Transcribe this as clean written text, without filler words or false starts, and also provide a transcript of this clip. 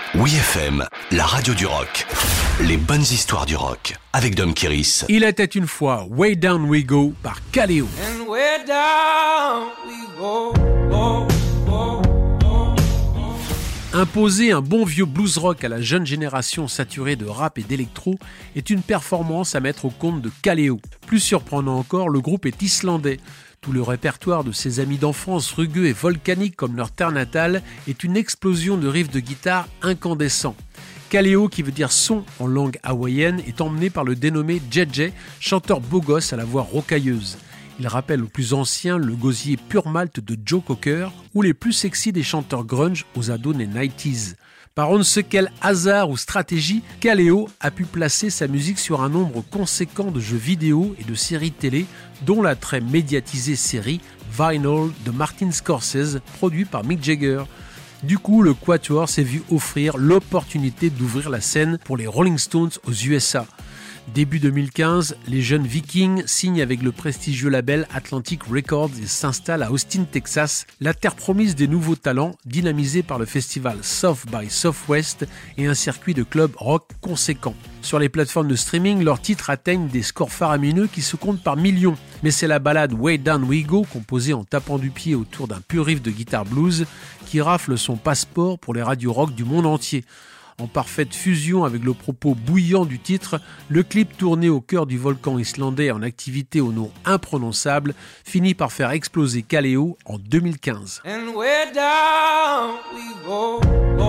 Oui FM, la radio du rock. Les bonnes histoires du rock avec Dom Kiris. Il était une fois Way Down We Go par Kaleo. And way down we go, go, go, go. Imposer un bon vieux blues rock à la jeune génération saturée de rap et d'électro est une performance à mettre au compte de Kaleo. Plus surprenant encore, le groupe est islandais. Tout le répertoire de ses amis d'enfance rugueux et volcaniques comme leur terre natale est une explosion de riffs de guitare incandescents. Kaleo, qui veut dire son en langue hawaïenne, est emmené par le dénommé JJ, chanteur beau gosse à la voix rocailleuse. Il rappelle aux plus anciens le gosier pur malt de Joe Cocker ou les plus sexy des chanteurs grunge aux ados des 90s. Par on ne sait quel hasard ou stratégie, Kaleo a pu placer sa musique sur un nombre conséquent de jeux vidéo et de séries télé, dont la très médiatisée série Vinyl de Martin Scorsese, produit par Mick Jagger. Du coup, le Quatuor s'est vu offrir l'opportunité d'ouvrir la scène pour les Rolling Stones aux USA. Début 2015, les jeunes Vikings signent avec le prestigieux label Atlantic Records et s'installent à Austin, Texas, la terre promise des nouveaux talents, dynamisée par le festival South by Southwest et un circuit de clubs rock conséquent. Sur les plateformes de streaming, leurs titres atteignent des scores faramineux qui se comptent par millions. Mais c'est la ballade Way Down We Go, composée en tapant du pied autour d'un pur riff de guitare blues, qui rafle son passeport pour les radios rock du monde entier. En parfaite fusion avec le propos bouillant du titre, le clip tourné au cœur du volcan islandais en activité au nom imprononçable finit par faire exploser Kaleo en 2015. And way down we go, go.